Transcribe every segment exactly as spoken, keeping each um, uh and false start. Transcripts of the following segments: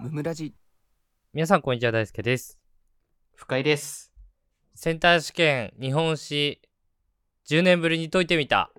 ムムラジ。 皆さんこんにちは、大輔です。 深井です。 センター試験日本史じゅうねんぶりに解いてみた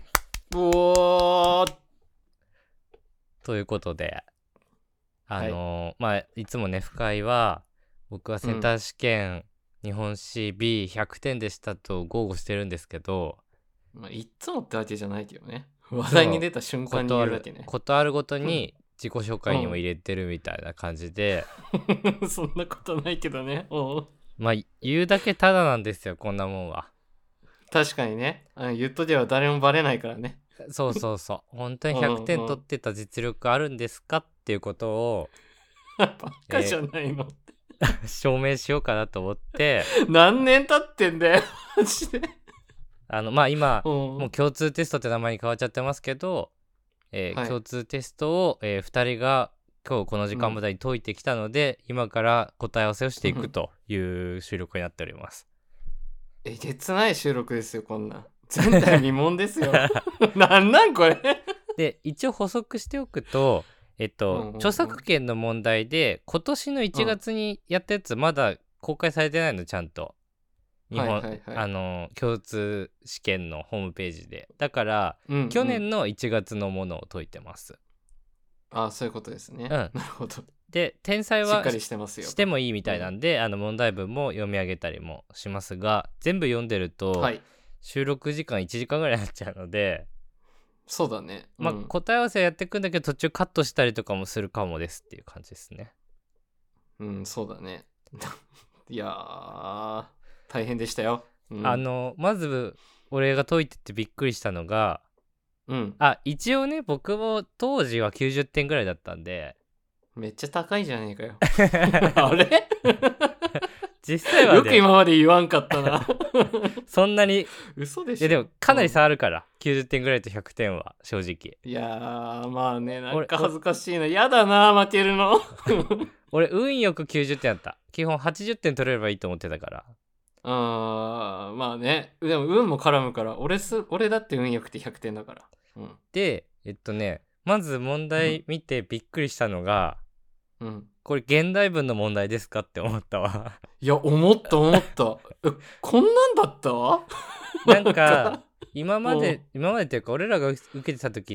おーということで、あのーはい、まあいつもね、深井は僕はセンター試験、うん、日本史 ビーひゃくてんでしたと豪語してるんですけど、 まあ、いっつもってわけじゃないけどね、話題に出た瞬間に言うだけね。 ことあるごとに自己紹介にも入れてるみたいな感じで、 うん、そんなことないけどね。おまあ言うだけただなんですよ、こんなもんは。 確かにね、あ言っとけば誰もバレないからね。 そうそうそう、本当にひゃくてん取ってた実力あるんですかっていうことをバカじゃないの、 えー、証明しようかなと思って何年経ってんだよマジで。 あのまあ今もう共通テストって名前に変わっちゃってますけど、えーはい、共通テストを、えー、ふたりが今日この時間までに解いてきたので、うん、今から答え合わせをしていくという収録になっております。 えげつない収録ですよ、こんなん前代未聞ですよなんなんこれで一応補足しておくと、えっと、うんうんうん、著作権の問題で今年のいちがつにやったやつまだ公開されてないの、ちゃんと日本、はいはいはい、あの共通試験のホームページで。だから、うんうん、去年のいちがつのものを解いてます。 ああ、そういうことですね、うん、なるほど。 で天才はしっかりしてますよ、 してもいいみたいなんで、うん、あの問題文も読み上げたりもしますが、全部読んでると、はい、収録時間いちじかんぐらいになっちゃうので、 そうだね、 うん、まあ答え合わせやっていくんだけど途中カットしたりとかもするかもですっていう感じですね。 うん、そうだねいやー大変でしたよ、 うん、あのまず俺が解いててびっくりしたのが、 うん、 あ一応ね、僕も当時はきゅうじゅってんぐらいだったんで、 めっちゃ高いじゃねえかよあれ実際は、ね、 よく今まで言わんかったなそんなに嘘でしょ。 いやでもかなり差あるから、うん、きゅうじゅってんぐらいとひゃくてんは正直。 いやーまあね、なんか恥ずかしいな、やだな負けるの俺運よくきゅうじゅってんだった。基本はちじゅってん取れればいいと思ってたから。 あーまあね、でも運も絡むから、俺す俺だって運よくてひゃくてんだから、うん、 でえっとねまず問題見てびっくりしたのが、 うん、 これ現代文の問題ですかって思ったわいや思った思ったえこんなんだったなんか今まで今までっていうか俺らが受けてた時って、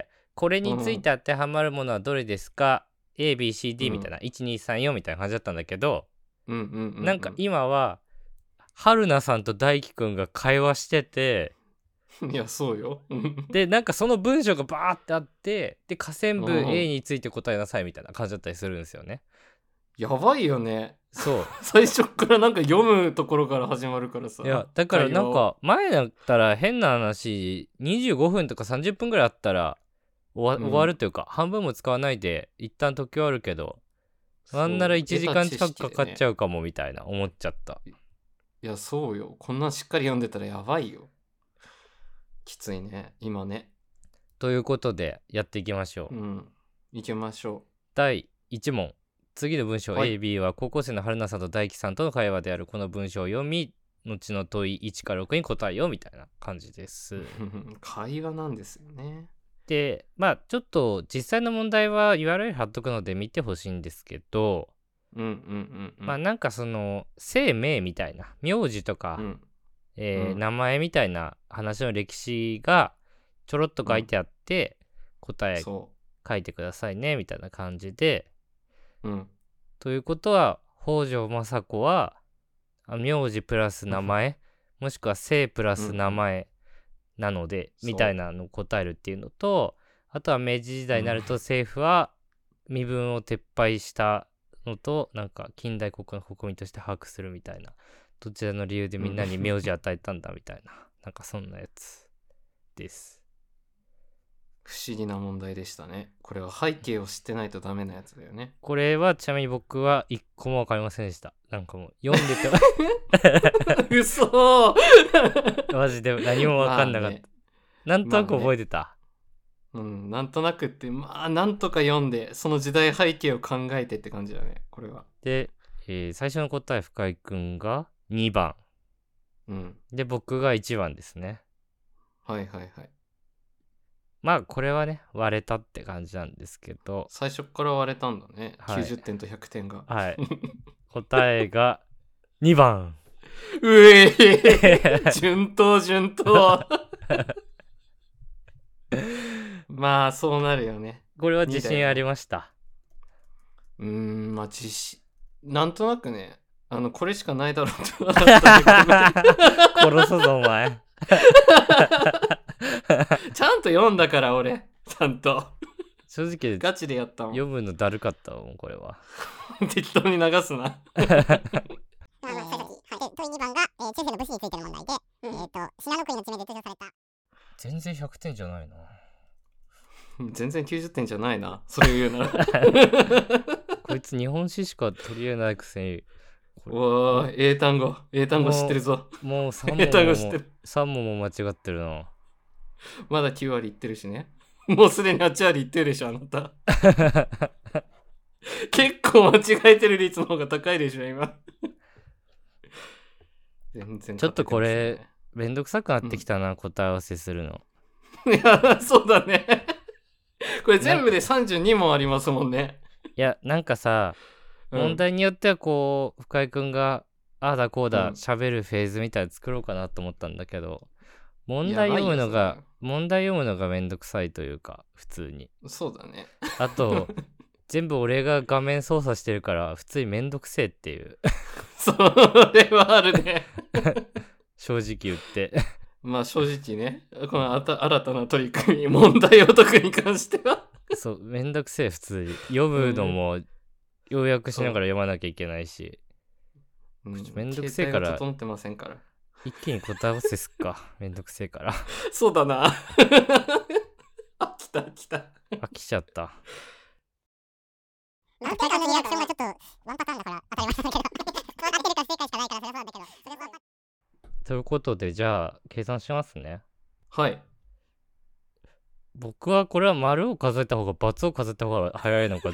これについて当てはまるものはどれですか、うん、エービーシーディー みたいな、うん、いちにさんよんみたいな感じだったんだけど、 うんうんうんうん、 なんか今は春菜さんと大輝くんが会話してていやそうよでなんかその文章がバーってあって、で下線部 A について答えなさいみたいな感じだったりするんですよね。 やばいよね。 そう最初からなんか読むところから始まるからさ。 いやだからなんか前だったら変な話にじゅうごふんとかさんじゅっぷんぐらいあったら終 わ,、うん、終わるというか半分も使わないで一旦解き終わるけど、なんならいちじかん近くかかっちゃうかもみたいな思っちゃった、ね、 いやそうよ、こんなんしっかり読んでたらやばいよ。きついね今ね。 ということでやっていきましょう。 うん行きましょう。 だいいち問、次の文章、 はい、 エービー は高校生の春菜さんと大輝さんとの会話である。この文章を読み後の問いいちからろくに答えようみたいな感じです会話なんですよね。 でまあちょっと実際の問題は ユーアールエル 貼っとくので見てほしいんですけど、 うんうんうん、うん、 まあなんかその姓名みたいな名字とか、うんえーうん、名前みたいな話の歴史がちょろっと書いてあって、うん、答え書いてくださいねみたいな感じで、 うん、 ということは北条政子は名字プラス名前もしくは姓プラス名前なので、うん、みたいなのを答えるっていうのと、あとは明治時代になると政府は身分を撤廃したのと、なんか近代国の国民として把握するみたいな、どちらの理由でみんなに名字与えたんだみたいななんかそんなやつです。 不思議な問題でしたね。これは背景を知ってないとダメなやつだよね。 これはちなみに僕は一個も分かりませんでした。なんかもう読んでて嘘マジで何も分かんなかった、まあね、なんとなく覚えてた、 まあね、うんなんとなくってまあなんとか読んでその時代背景を考えてって感じだねこれは。 で、えー、最初の答え深井くんがにばん、うん、で僕がいちばんですね。 はいはいはい。 まあこれはね割れたって感じなんですけど、 最初から割れたんだね、 はい、 きゅうじゅってんとひゃくてんが。 はい答えがにばん。 うえー順当順当まあそうなるよね。 これは自信ありました？ うーん、まあ自信なんとなくね、あのこれしかないだろうって思った殺すぞお前ちゃんと読んだから俺、ちゃんと正直ガチでやったもん。 読むのだるかったもんこれは適当に流すなはい、で問いにばんが、えー、中世の武士についての問題で、うん、えっ、ー、と信濃国の地名で登場された。 全然ひゃくてんじゃないな。 全然きゅうじゅってんじゃないな、それを言うならこいつ日本史しか取り得ないくせに。 おー、英単語英単語知ってるぞ。 もうさん問英単語知ってる。 さん問も間違ってるな。 まだきゅう割いってるしね。もうすでにはち割いってるでしょあなた結構間違えてる率の方が高いでしょ今全然、ね、 ちょっとこれめんどくさくなってきたな、うん、答え合わせするの。 いやそうだねこれ全部でさんじゅうに問ありますもんね。 いやなんかさ、うん、問題によってはこう深井くんがああだこうだ喋、うん、るフェーズみたいなの作ろうかなと思ったんだけど、問題読むのが問題読むのがめんどくさいというか普通に。 そうだね。 あと全部俺が画面操作してるから普通にめんどくせえっていうそれはあるね正直言ってまあ正直ね、このあた新たな取り組み問題を解くに関してはそうめんどくせえ普通に読むのも要約しながら読まなきゃいけないし、うん、めんどくせえから整ってませんから一気に答え合わせすっかめんどくせえからそうだなあ来た来たあ来ちゃった。 まあ、正解のリアクションがちょっとワンパターンだから当たり前なんだけど当たってるから正解しかないからそれはそうなんだけどそれはということでじゃあ計算しますね。 はい。 僕はこれは丸を数えた方が×を数えた方が早いのか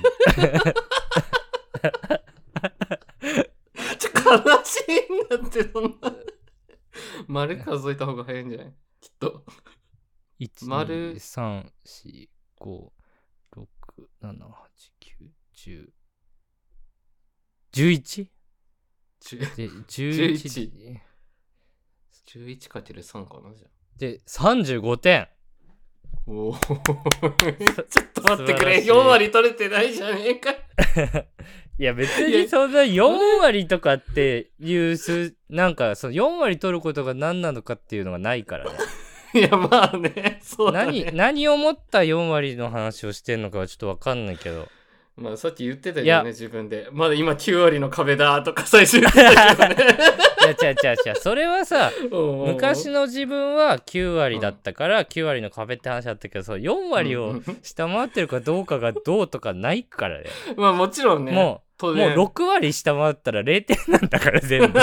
ちょ悲しいんだってそんな丸数えた方が早いんじゃないきっと。 いち、に、さん、よん、ご、ろく、なな、はち、きゅう、じゅう、じゅういち? じゅういちじゅういちかけるさん かなじゃあ。 でさんじゅうごてん。 おおちょっと待ってくれ、よん割取れてないじゃねえかいや別にそんなよん割とかっていう数なんかそのよん割取ることが何なのかっていうのがないからねいやまあね、そうだね。 何何をもったよん割の話をしてんのかはちょっと分かんないけど、 まあさっき言ってたよね自分で。まだ今きゅう割の壁だとか最初言ってたけどねいや違う違う違うそれはさ昔の自分はきゅう割だったからきゅう割の壁って話だったけど、そうよん割を下回ってるかどうかがどうとかないからねまあもちろんね、 もうもうろく割下回ったられいてんなんだから全部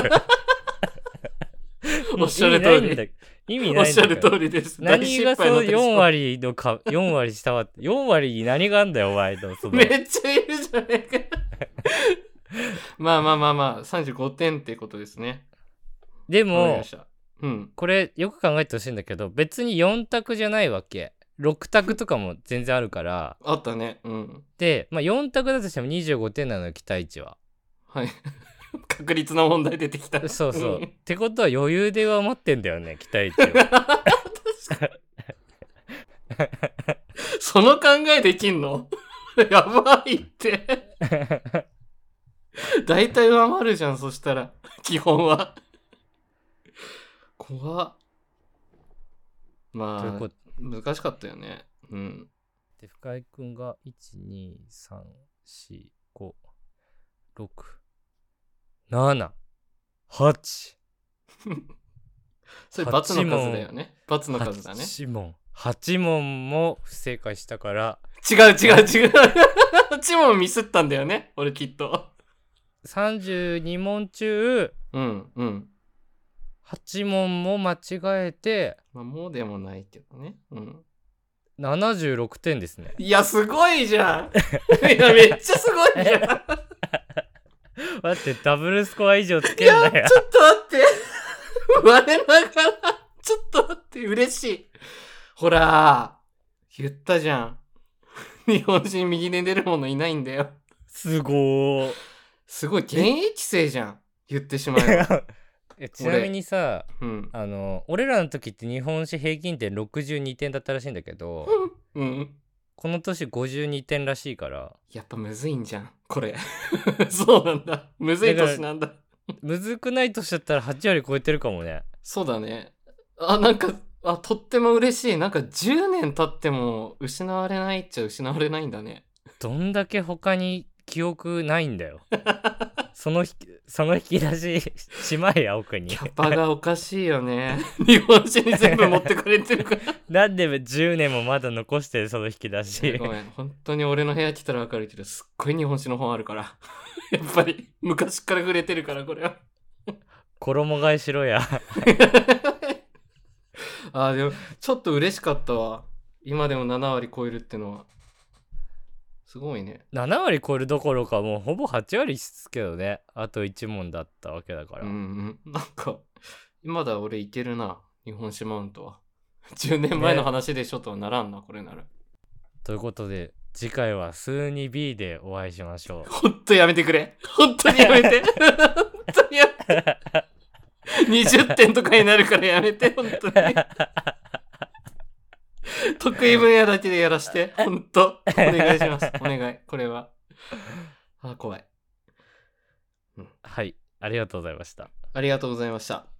おっしゃる通り意味ないんだから。おっしゃる通りです。 何がそうよん割のかよん割下回ってよん割に何があんだよお前のそのめっちゃいるじゃねえかまあまあまあまあさんじゅうごてんってことですね。 でも、 うん、 これよく考えてほしいんだけど別によん択じゃないわけ。ろく択とかも全然あるからあったね。うん。 で、まあ、よん択だとしてもにじゅうごてんなのよ期待値は。 はい確率の問題出てきた。 そうそう。ってことは余裕で上回ってんだよね期待値はその考えできんのやばいって大体上回るじゃんそしたら基本は怖っ。まあ難しかったよね。うん。 で深井くんがいちにさんよんごろくななはちそれ×の数だよね。×の数だね。 はち問はち問も不正解したから違う違う違うはち問ミスったんだよね俺きっと。 さんじゅうに問中うんうんはち問も間違えて、 まあもうでもないけどね。うんななじゅうろくてんですね。 いやすごいじゃんいやめっちゃすごいじゃん待ってダブルスコア以上つけんなよ。 いやちょっと待って我ながらちょっと待って嬉しい。ほら言ったじゃん。日本人右で出る者いないんだよ。 すごー。 すごい現役生じゃん。言ってしまえば。 えちなみにさ、 うん。 あの俺らの時って日本史平均点ろくじゅうにてんだったらしいんだけどうん。 この年ごじゅうにてんらしいから、 やっぱむずいんじゃん。これ。そうなんだ。むずい年なんだ。 むずくない年だったらはち割超えてるかもね。 そうだね。あ、なんか、あ、とっても嬉しい。なんかじゅうねん経っても失われないっちゃ失われないんだね。 どんだけ他に記憶ないんだよ。そのひその引き出ししまえや奥に。 キャパがおかしいよね。日本史に全部持ってかれてるから。 なんでじゅうねんもまだ残してるその引き出し。 ごめん。本当に俺の部屋来たら分かるけど、すっごい日本史の本あるから。やっぱり昔から触れてるから、これは。 衣替えしろや。 あ、でもちょっと嬉しかったわ。今でもなな割超えるってのは。すごいね。 なな割超えるどころかもうほぼはち割っすけどね。あといち問だったわけだから。 うんうん。なんか、今だ俺いけるな。日本史マウントは。じゅうねんまえの話でしょとはならんな、これなら。ということで次回は数 にビー でお会いしましょう。 ほんとやめてくれ。ほんとにやめて。本当にやめて。にじゅってんとかになるからやめて、ほんとに。得意分野だけでやらして。ほんと。お願いします。お願い。これは。あ、怖い。 はい、ありがとうございました。 ありがとうございました。